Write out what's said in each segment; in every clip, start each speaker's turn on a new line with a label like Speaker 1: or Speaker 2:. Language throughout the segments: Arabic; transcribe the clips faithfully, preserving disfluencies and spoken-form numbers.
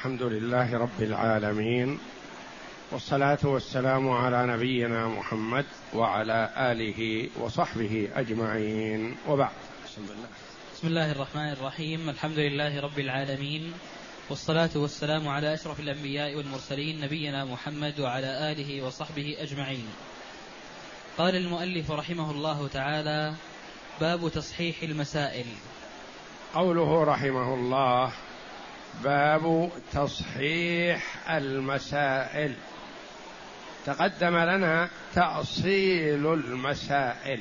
Speaker 1: الحمد لله رب العالمين، والصلاة والسلام على نبينا محمد وعلى آله وصحبه أجمعين، وبعد. بسم الله.
Speaker 2: بسم الله الرحمن الرحيم. الحمد لله رب العالمين، والصلاة والسلام على أشرف الأنبياء والمرسلين نبينا محمد وعلى آله وصحبه أجمعين. قال المؤلف رحمه الله تعالى: باب تصحيح المسائل.
Speaker 1: قوله رحمه الله: باب تصحيح المسائل. تقدم لنا تأصيل المسائل،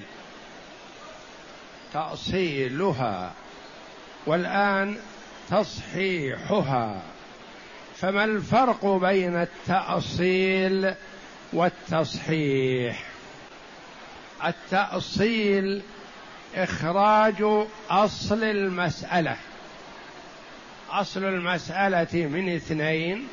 Speaker 1: تأصيلها، والآن تصحيحها. فما الفرق بين التأصيل والتصحيح؟ التأصيل إخراج أصل المسألة، أصل المسألة من اثنين،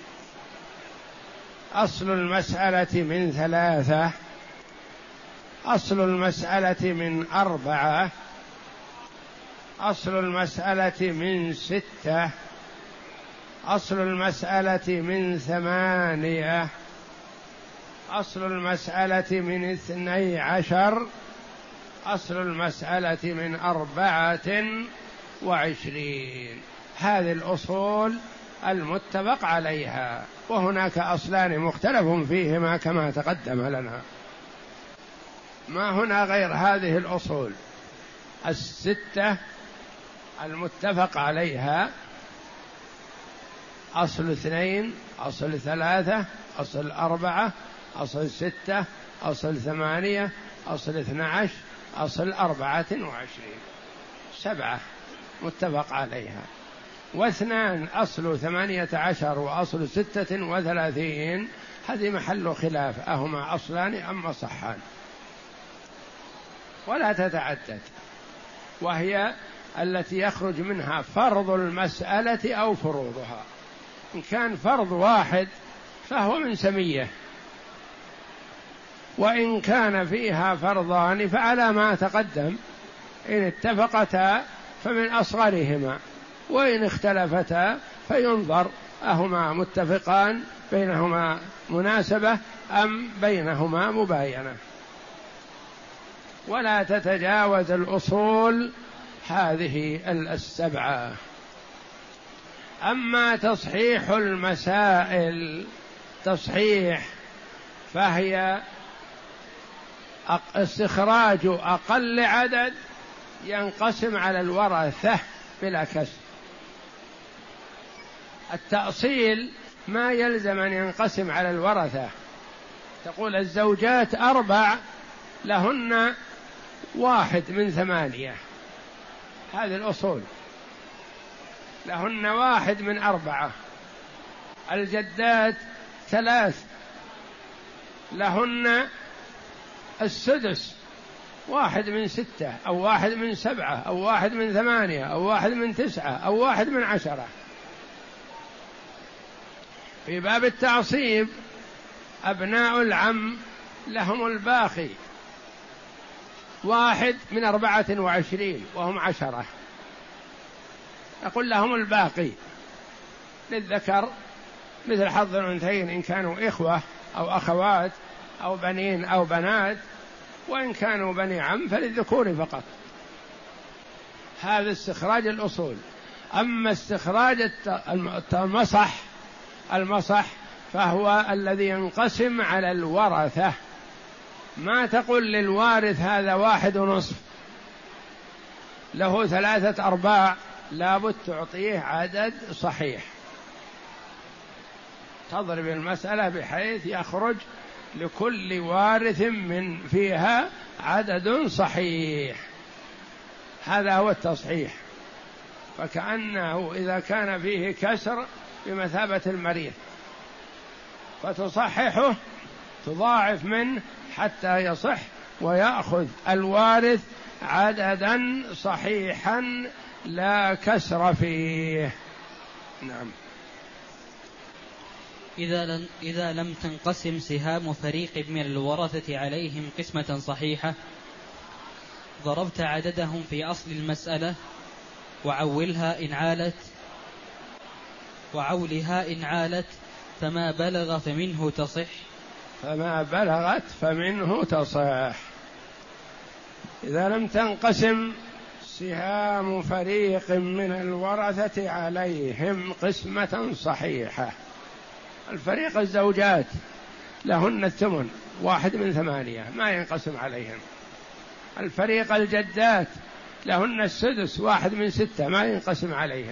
Speaker 1: أصل المسألة من ثلاثة، أصل المسألة من أربعة، أصل المسألة من ستة، أصل المسألة من ثمانية، أصل المسألة من اثني عشر، أصل المسألة من أربعة وعشرين. هذه الأصول المتفق عليها، وهناك أصلان مختلف فيهما كما تقدم لنا. ما هنا غير هذه الأصول الستة المتفق عليها: أصل اثنين، أصل ثلاثة، أصل أربعة، أصل ستة، أصل ثمانية، أصل اثنى عشر، أصل أربعة وعشرين. سبعة متفق عليها. واثنان أصل ثمانية عشر وأصل ستة وثلاثين، هذه محل خلاف، أهما أصلان أم صحان، ولا تتعدد، وهي التي يخرج منها فرض المسألة أو فروضها. إن كان فرض واحد فهو من سمية، وإن كان فيها فرضان فعلى ما تقدم، إن اتفقتا فمن أصغرهما، وإن اختلفتا فينظر أهما متفقان بينهما مناسبة أم بينهما مباينة. ولا تتجاوز الأصول هذه السبعة. أما تصحيح المسائل، تصحيح فهي استخراج أقل عدد ينقسم على الورثة بلا كسر. التأصيل ما يلزم أن ينقسم على الورثة. تقول الزوجات أربع لهن واحد من ثمانية، هذه الأصول، لهن واحد من أربعة. الجدات ثلاث لهن السدس، واحد من ستة أو واحد من سبعة أو واحد من ثمانية أو واحد من تسعة أو واحد من عشرة. في باب التعصيب أبناء العم لهم الباقي، واحد من أربعة وعشرين وهم عشرة، يقول لهم الباقي، للذكر مثل حظ الأنثيين إن كانوا إخوة أو أخوات أو بنين أو بنات، وإن كانوا بني عم فللذكور فقط. هذا استخراج الأصول. أما استخراج المصح، المصح فهو الذي ينقسم على الورثة. ما تقول للوارث هذا واحد ونصف له ثلاثة أرباع، لابد تعطيه عدد صحيح، تضرب المسألة بحيث يخرج لكل وارث من فيها عدد صحيح. هذا هو التصحيح. فكأنه إذا كان فيه كسر بمثابة المريض، فتصححه، تضاعف منه حتى يصح، ويأخذ الوارث عددا صحيحا لا كسر فيه. نعم.
Speaker 2: إذا لم, إذا لم تنقسم سهام فريق من الورثة عليهم قسمة صحيحة، ضربت عددهم في أصل المسألة وعولها إن عالت وعولها إن عالت فما بلغ فمنه تصح.
Speaker 1: فما بلغت فمنه تصح. إذا لم تنقسم سهام فريق من الورثة عليهم قسمة صحيحة. الفريق الزوجات لهن الثمن واحد من ثمانية ما ينقسم عليهم. الفريق الجدات لهن السدس واحد من ستة ما ينقسم عليهم.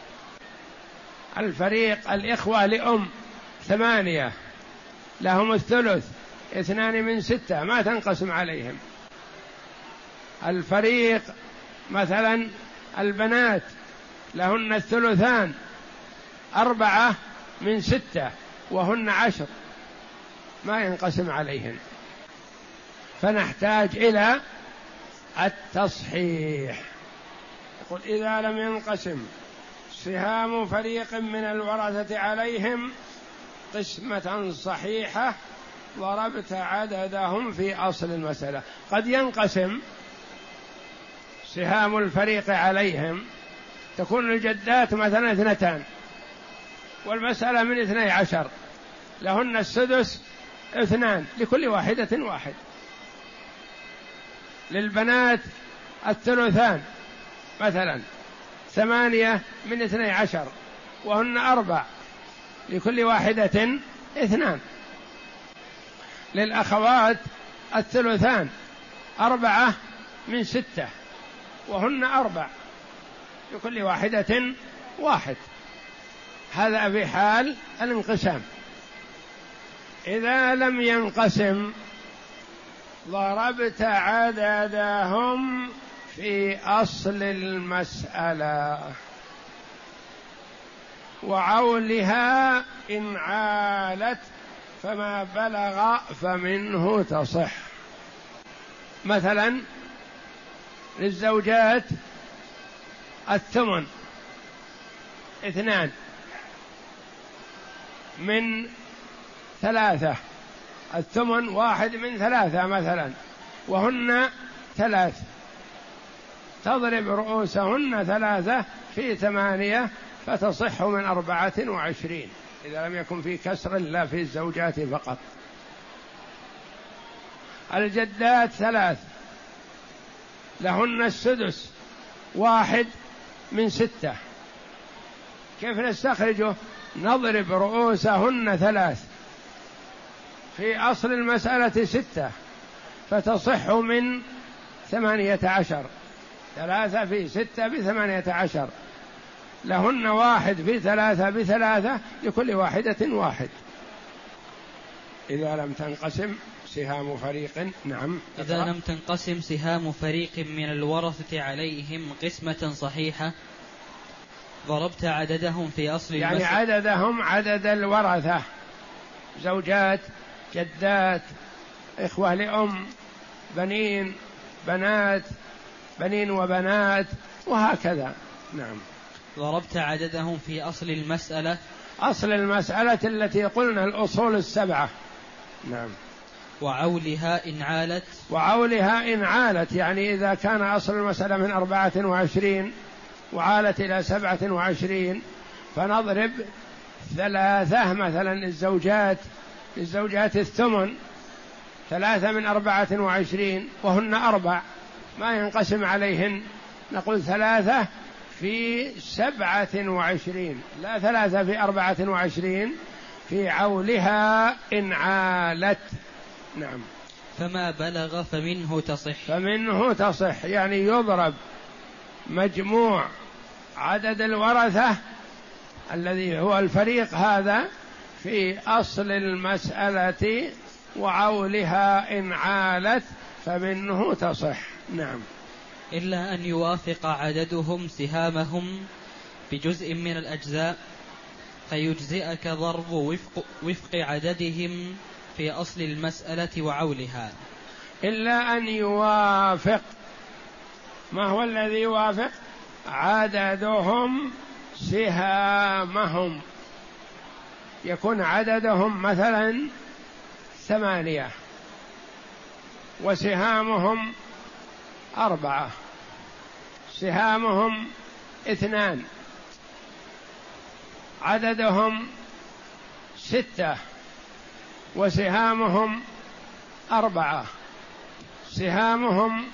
Speaker 1: الفريق الإخوة لأم ثمانية لهم الثلث اثنان من ستة ما تنقسم عليهم. الفريق مثلا البنات لهن الثلثان أربعة من ستة وهن عشر ما ينقسم عليهن. فنحتاج إلى التصحيح. يقول إذا لم ينقسم سهام فريق من الورثة عليهم قسمة صحيحة ضربت عددهم في أصل المسألة. قد ينقسم سهام الفريق عليهم تكون الجدات مثلا اثنتان والمسألة من اثني عشر لهن السدس اثنان لكل واحدة واحد. للبنات الثلثان مثلا ثمانية من اثني عشر وهن أربع لكل واحدة اثنان. للأخوات الثلثان أربعة من ستة وهن أربع لكل واحدة واحد. هذا في حال الانقسام. إذا لم ينقسم ضربت عددهم في أصل المسألة وعولها إن عالت فما بلغ فمنه تصح. مثلا للزوجات الثمن اثنان من ثلاثة. الثمن واحد من ثلاثة مثلا وهن ثلاث تضرب رؤوسهن ثلاثة في ثمانية فتصح من أربعة وعشرين إذا لم يكن في كسر لا في الزوجات فقط. الجدات ثلاث لهن السدس واحد من ستة. كيف نستخرجه؟ نضرب رؤوسهن ثلاث في أصل المسألة ستة فتصح من ثمانية عشر. ثلاثة في ستة بثمانية عشر لهن واحد في ثلاثة بثلاثة لكل واحدة واحد. إذا لم تنقسم سهام فريق نعم
Speaker 2: إذا لم تنقسم سهام فريق من الورثة عليهم قسمة صحيحة ضربت عددهم في أصل
Speaker 1: يعني
Speaker 2: المسألة.
Speaker 1: عددهم عدد الورثة زوجات جدات إخوة لأم بنين بنات بنين وبنات وهكذا. نعم
Speaker 2: ضربت عددهم في أصل المسألة.
Speaker 1: أصل المسألة التي قلنا الأصول السبعة. نعم
Speaker 2: وعولها إن عالت.
Speaker 1: وعولها إن عالت يعني إذا كان أصل المسألة من أربعة وعشرين وعالت إلى سبعة وعشرين فنضرب ثلاثة مثلا الزوجات الزوجات الثمن ثلاثة من أربعة وعشرين وهن أربع ما ينقسم عليهن نقول ثلاثة في سبعة وعشرين لا ثلاثة في أربعة وعشرين في عولها إن عالت. نعم
Speaker 2: فما بلغ فمنه تصح.
Speaker 1: فمنه تصح يعني يضرب مجموع عدد الورثة الذي هو الفريق هذا في أصل المسألة وعولها إن عالت فمنه تصح. نعم
Speaker 2: إلا أن يوافق عددهم سهامهم بجزء من الأجزاء فيجزئك ضرب وفق, وفق عددهم في أصل المسألة وعولها.
Speaker 1: إلا أن يوافق. ما هو الذي يوافق؟ عددهم سهامهم. يكون عددهم مثلا ثمانية وسهامهم أربعة سهامهم اثنان عددهم ستة وسهامهم أربعة، سهامهم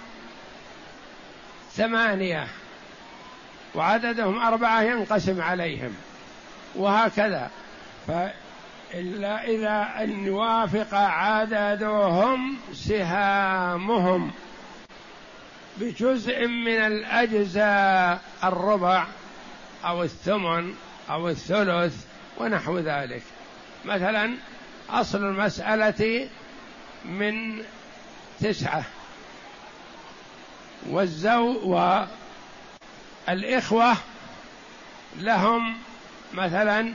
Speaker 1: ثمانية وعددهم أربعة ينقسم عليهم، وهكذا. فإلا إذا أن يوافق عددهم سهامهم بجزء من الأجزاء الربع أو الثمن أو الثلث ونحو ذلك. مثلا أصل المسألة من تسعة، والزو والإخوة لهم مثلا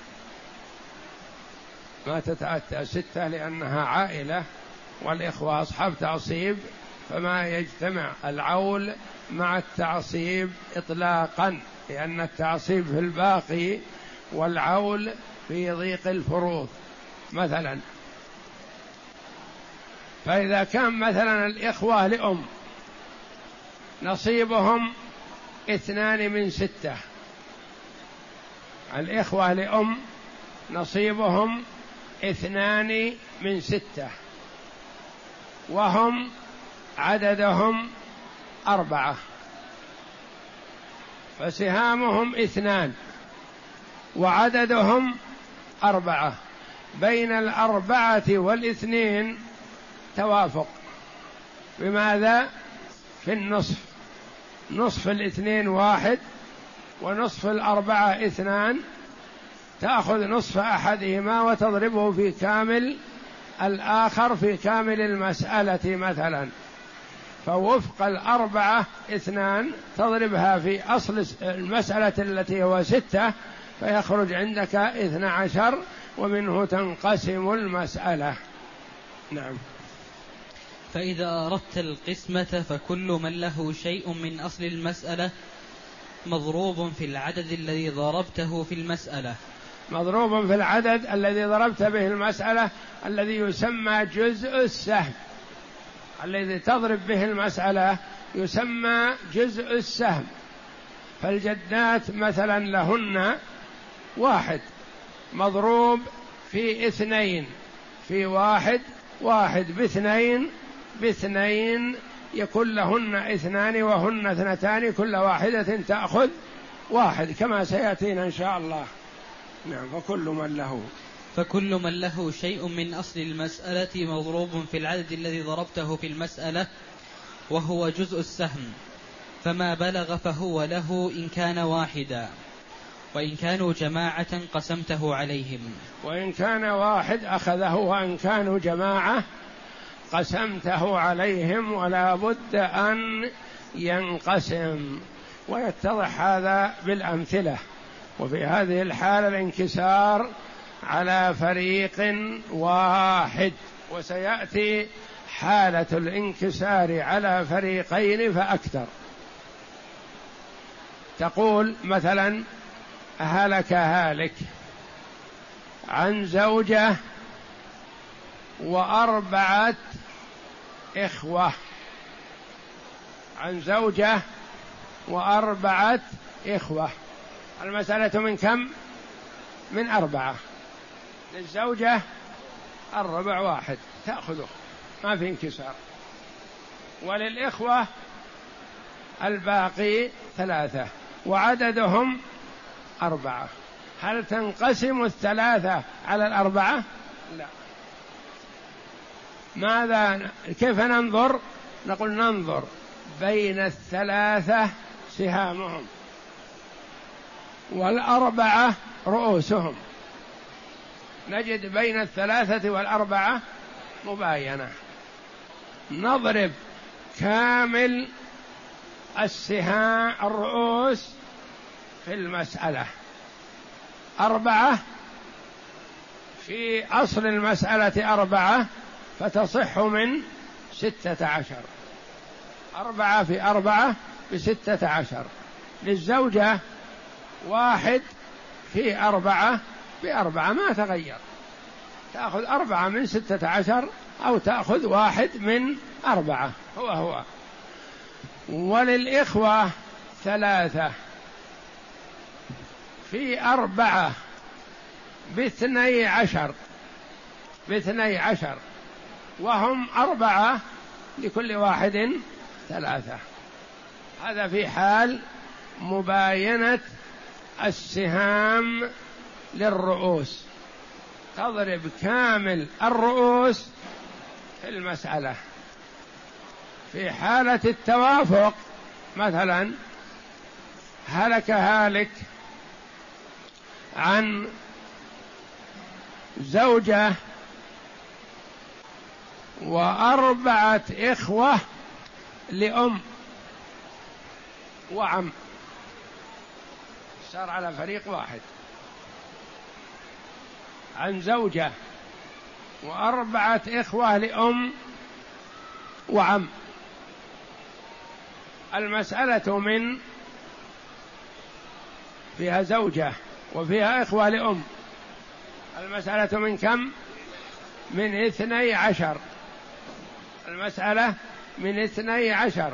Speaker 1: ما تتأتى ستة لأنها عائلة، والإخوة أصحاب تعصيب، فما يجتمع العول مع التعصيب إطلاقا، لأن التعصيب في الباقي والعول في ضيق الفروض مثلا. فإذا كان مثلا الإخوة لأم نصيبهم اثنان من ستة، الإخوة لأم نصيبهم اثنان من ستة، وهم عددهم أربعة، فسهامهم اثنان وعددهم أربعة. بين الأربعة والاثنين توافق، بماذا؟ في النصف، نصف الاثنين واحد ونصف الأربعة اثنان، تأخذ نصف أحدهما وتضربه في كامل الآخر في كامل المسألة مثلا. فوفق الأربعة اثنان تضربها في أصل المسألة التي هو ستة، فيخرج عندك اثنى عشر، ومنه تنقسم المسألة. نعم.
Speaker 2: فإذا أردت القسمة فكل من له شيء من أصل المسألة مضروب في العدد الذي ضربته في المسألة.
Speaker 1: مضروب في العدد الذي ضربت به المسألة، الذي يسمى جزء السهم، الذي تضرب به المسألة يسمى جزء السهم. فالجدات مثلا لهن واحد مضروب في اثنين، في واحد واحد باثنين باثنين، يكون لهن اثنان وهن اثنتان، كل واحدة تأخذ واحد كما سيأتينا إن شاء الله. نعم. فكل من له
Speaker 2: فكل من له شيء من أصل المسألة مضروب في العدد الذي ضربته في المسألة، وهو جزء السهم، فما بلغ فهو له إن كان واحدا، وإن كانوا جماعة قسمته عليهم.
Speaker 1: وإن كان واحد أخذه، وإن كانوا جماعة قسمته عليهم، ولا بد أن ينقسم. ويتضح هذا بالأمثلة. وفي هذه الحالة الانكسار على فريق واحد، وسيأتي حالة الانكسار على فريقين فأكثر. تقول مثلا هلك هالك عن زوجة وأربعة إخوة، عن زوجة وأربعة إخوة. المسألة من كم؟ من أربعة. للزوجة الربع واحد تأخذه ما في انكسار، وللإخوة الباقي ثلاثة وعددهم أربعة. هل تنقسم الثلاثة على الأربعة؟ لا. ماذا كيف ننظر؟ نقول ننظر بين الثلاثة سهامهم والأربعة رؤوسهم، نجد بين الثلاثة والأربعة مباينة. نضرب كامل السهام الرؤوس في المسألة، أربعة في أصل المسألة أربعة، فتصح من ستة عشر. أربعة في أربعة بستة عشر. للزوجة واحد في أربعة بأربعة، ما تغير، تأخذ أربعة من ستة عشر أو تأخذ واحد من أربعة، هو هو. وللإخوة ثلاثة في أربعة باثني عشر باثني عشر وهم أربعة لكل واحد ثلاثة. هذا في حال مباينة السهام للرؤوس، تضرب كامل الرؤوس في المسألة. في حالة التوافق مثلا هلك هالك عن زوجة وأربعة إخوة لأم وعم، صار على فريق واحد. عن زوجة وأربعة إخوة لأم وعم، المسألة من فيها زوجة وفيها إخوة لأم، المسألة من كم؟ من اثني عشر. المسألة من اثني عشر.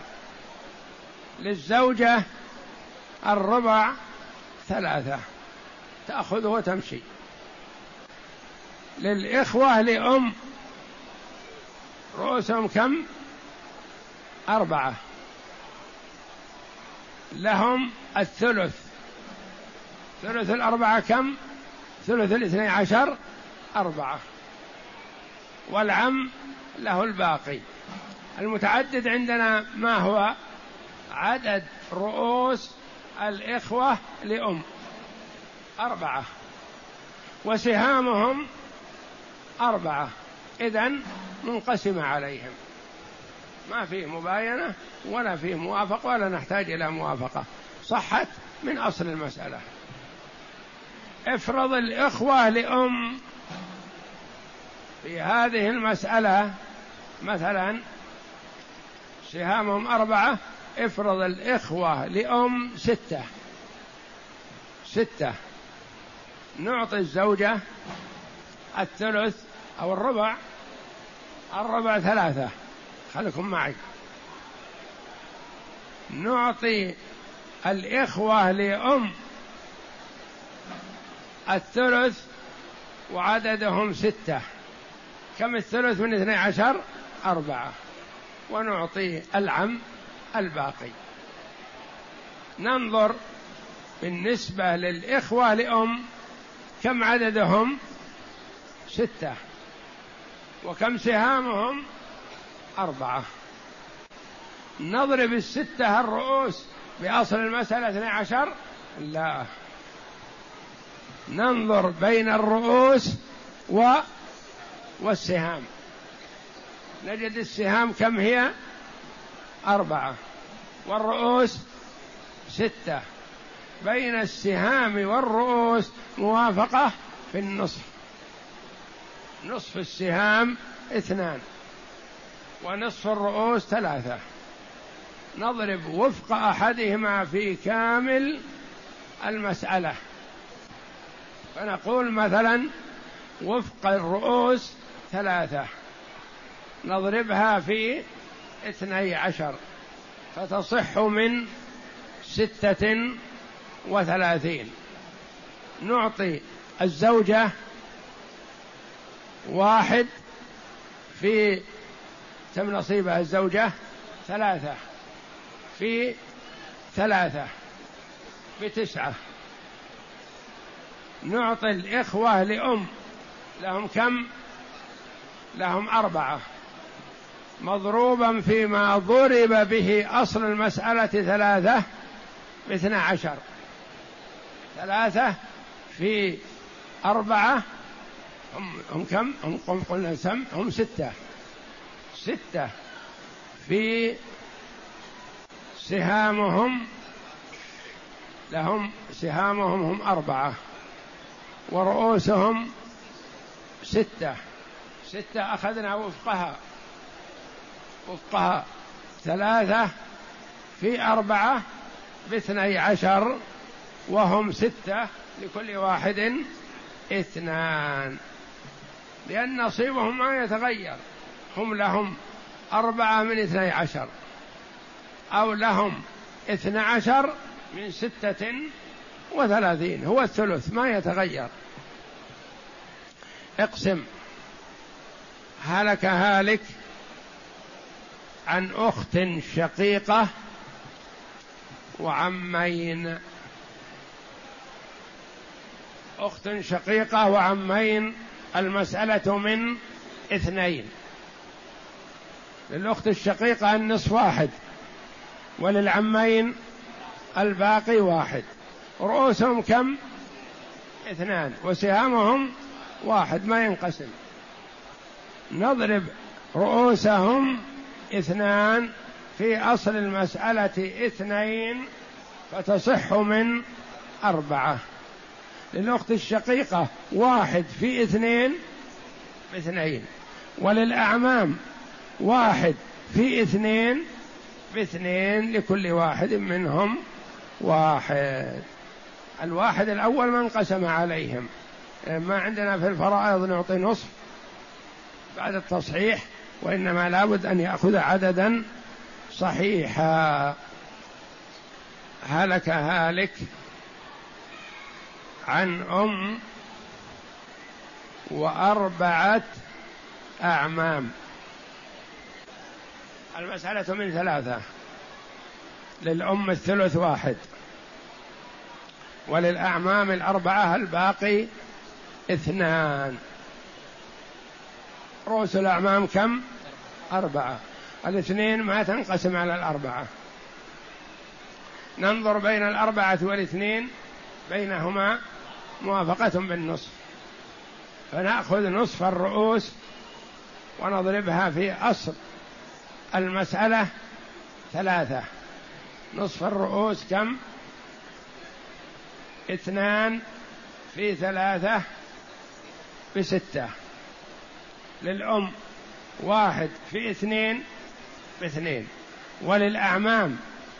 Speaker 1: للزوجة الربع ثلاثة تأخذه وتمشي. للإخوة لأم رؤوسهم كم؟ أربعة، لهم الثلث. ثلث الأربعة كم؟ ثلث الاثني عشر أربعة، والعم له الباقي. المتعدد عندنا ما هو؟ عدد رؤوس الإخوة لأم أربعة وسهامهم أربعة، إذن منقسمة عليهم، ما فيه مباينة ولا فيه موافقة ولا نحتاج إلى موافقة، صحت من أصل المسألة. افرض الإخوة لأم في هذه المسألة مثلا سهامهم أربعة، افرض الإخوة لأم ستة ستة نعطي الزوجة الثلث أو الربع، الربع ثلاثة، خليكم معي. نعطي الإخوة لأم الثلث وعددهم ستة، كم الثلث من اثني عشر؟ أربعة، ونعطي العم الباقي. ننظر بالنسبة للإخوة لأم كم عددهم؟ ستة، وكم سهامهم؟ أربعة. نضرب الستة الرؤوس بأصل المسألة اثني عشر؟ لا، ننظر بين الرؤوس و والسهام، نجد السهام كم هي؟ أربعة، والرؤوس ستة، بين السهام والرؤوس موافقة في النصف، نصف السهام اثنان ونصف الرؤوس ثلاثة. نضرب وفق أحدهما في كامل المسألة، فنقول مثلا وفق الرؤوس ثلاثة نضربها في اثني عشر فتصح من ستة وثلاثين. نعطي الزوجة واحد في كم نصيبها الزوجة؟ ثلاثة في ثلاثة بتسعة. نعطي الإخوة لأم لهم كم؟ لهم أربعة، مضروبا فيما ضرب به أصل المسألة ثلاثة باثنى عشر. ثلاثة في أربعة هم, هم كم؟ هم قلنا سم هم ستة. ستة في سهامهم، لهم سهامهم هم أربعة ورؤوسهم ستة. ستة أخذنا وفقها وفقها ثلاثة في أربعة باثني عشر، وهم ستة لكل واحد اثنان، لأن نصيبهم ما يتغير، هم لهم أربعة من اثني عشر أو لهم اثنى عشر من ستة وثلاثين، هو الثلث ما يتغير. اقسم. هلك هالك عن أخت شقيقة وعمين. أخت شقيقة وعمين، المسألة من اثنين. للأخت الشقيقة النصف واحد، وللعمين الباقي واحد. رؤوسهم كم؟ اثنان، وسهامهم واحد ما ينقسم. نضرب رؤوسهم اثنان في أصل المسألة اثنين فتصح من أربعة. للأخت الشقيقة واحد في اثنين باثنين، وللأعمام واحد في اثنين باثنين، لكل واحد منهم واحد. الواحد الأول ما انقسم عليهم، ما عندنا في الفرائض نعطي نصف بعد التصحيح، وإنما لابد أن يأخذ عددا صحيحا. هلك هالك عن أم وأربعة أعمام. المسألة من ثلاثة. للأم الثلث واحد، وللأعمام الأربعة الباقي اثنان. رؤوس الأعمام كم؟ أربعة. الاثنين ما تنقسم على الأربعة. ننظر بين الأربعة والاثنين، بينهما موافقة بالنصف، فنأخذ نصف الرؤوس ونضربها في أصل المسألة ثلاثة. نصف الرؤوس كم؟ اثنان في ثلاثة بستة. للأم واحد في اثنين باثنين، وللأعمام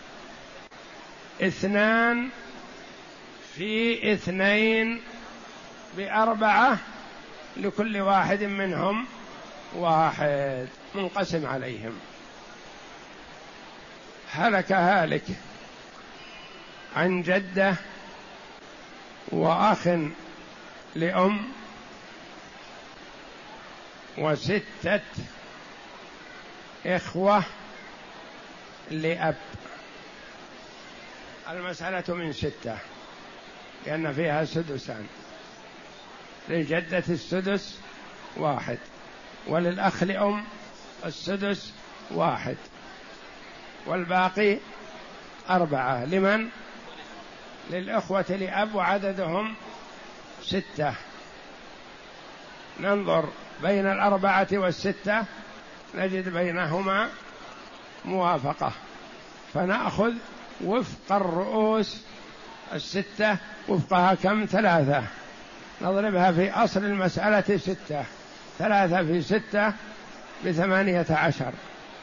Speaker 1: اثنان في اثنين بأربعة، لكل واحد منهم واحد منقسم عليهم. هلك هالك عن جدة وأخ لأم وستة إخوة لأب. المسألة من ستة لأن فيها سدسان. للجدة السدس واحد، وللأخ لأم السدس واحد، والباقي أربعة. لمن؟ للإخوة لأب وعددهم ستة. ننظر بين الأربعة والستة نجد بينهما موافقة، فنأخذ وفق الرؤوس الستة. وفقها كم؟ ثلاثة. نضربها في أصل المسألة ستة. ثلاثة في ستة بثمانية عشر.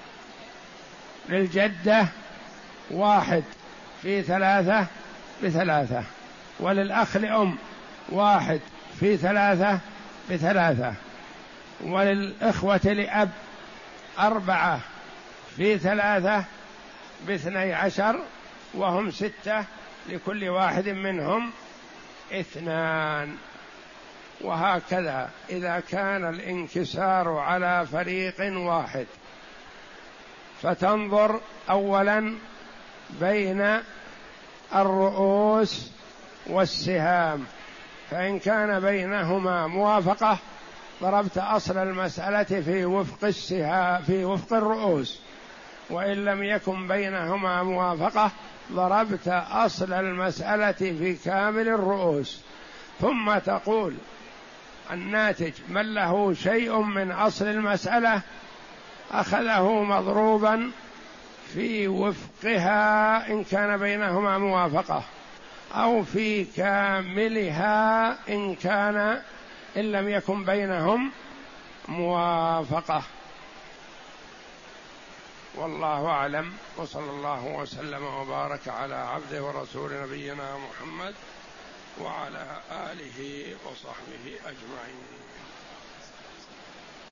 Speaker 1: للجدة واحد في ثلاثة بثلاثة، وللأخ لأم واحد في ثلاثة بثلاثة، وللإخوة لأب أربعة في ثلاثة باثني عشر، وهم ستة، لكل واحد منهم اثنان. وهكذا إذا كان الانكسار على فريق واحد، فتنظر أولا بين الرؤوس والسهام، فإن كان بينهما موافقة ضربت أصل المسألة في وفق السهام في وفق الرؤوس، وإن لم يكن بينهما موافقة ضربت أصل المسألة في كامل الرؤوس. ثم تقول الناتج من له شيء من أصل المسألة أخذه مضروبا في وفقها إن كان بينهما موافقة، أو في كاملها إن كان إن لم يكن بينهم موافقة. والله أعلم، وصلى الله وسلم وبارك على عبده ورسول نبينا محمد وعلى آله وصحبه أجمعين.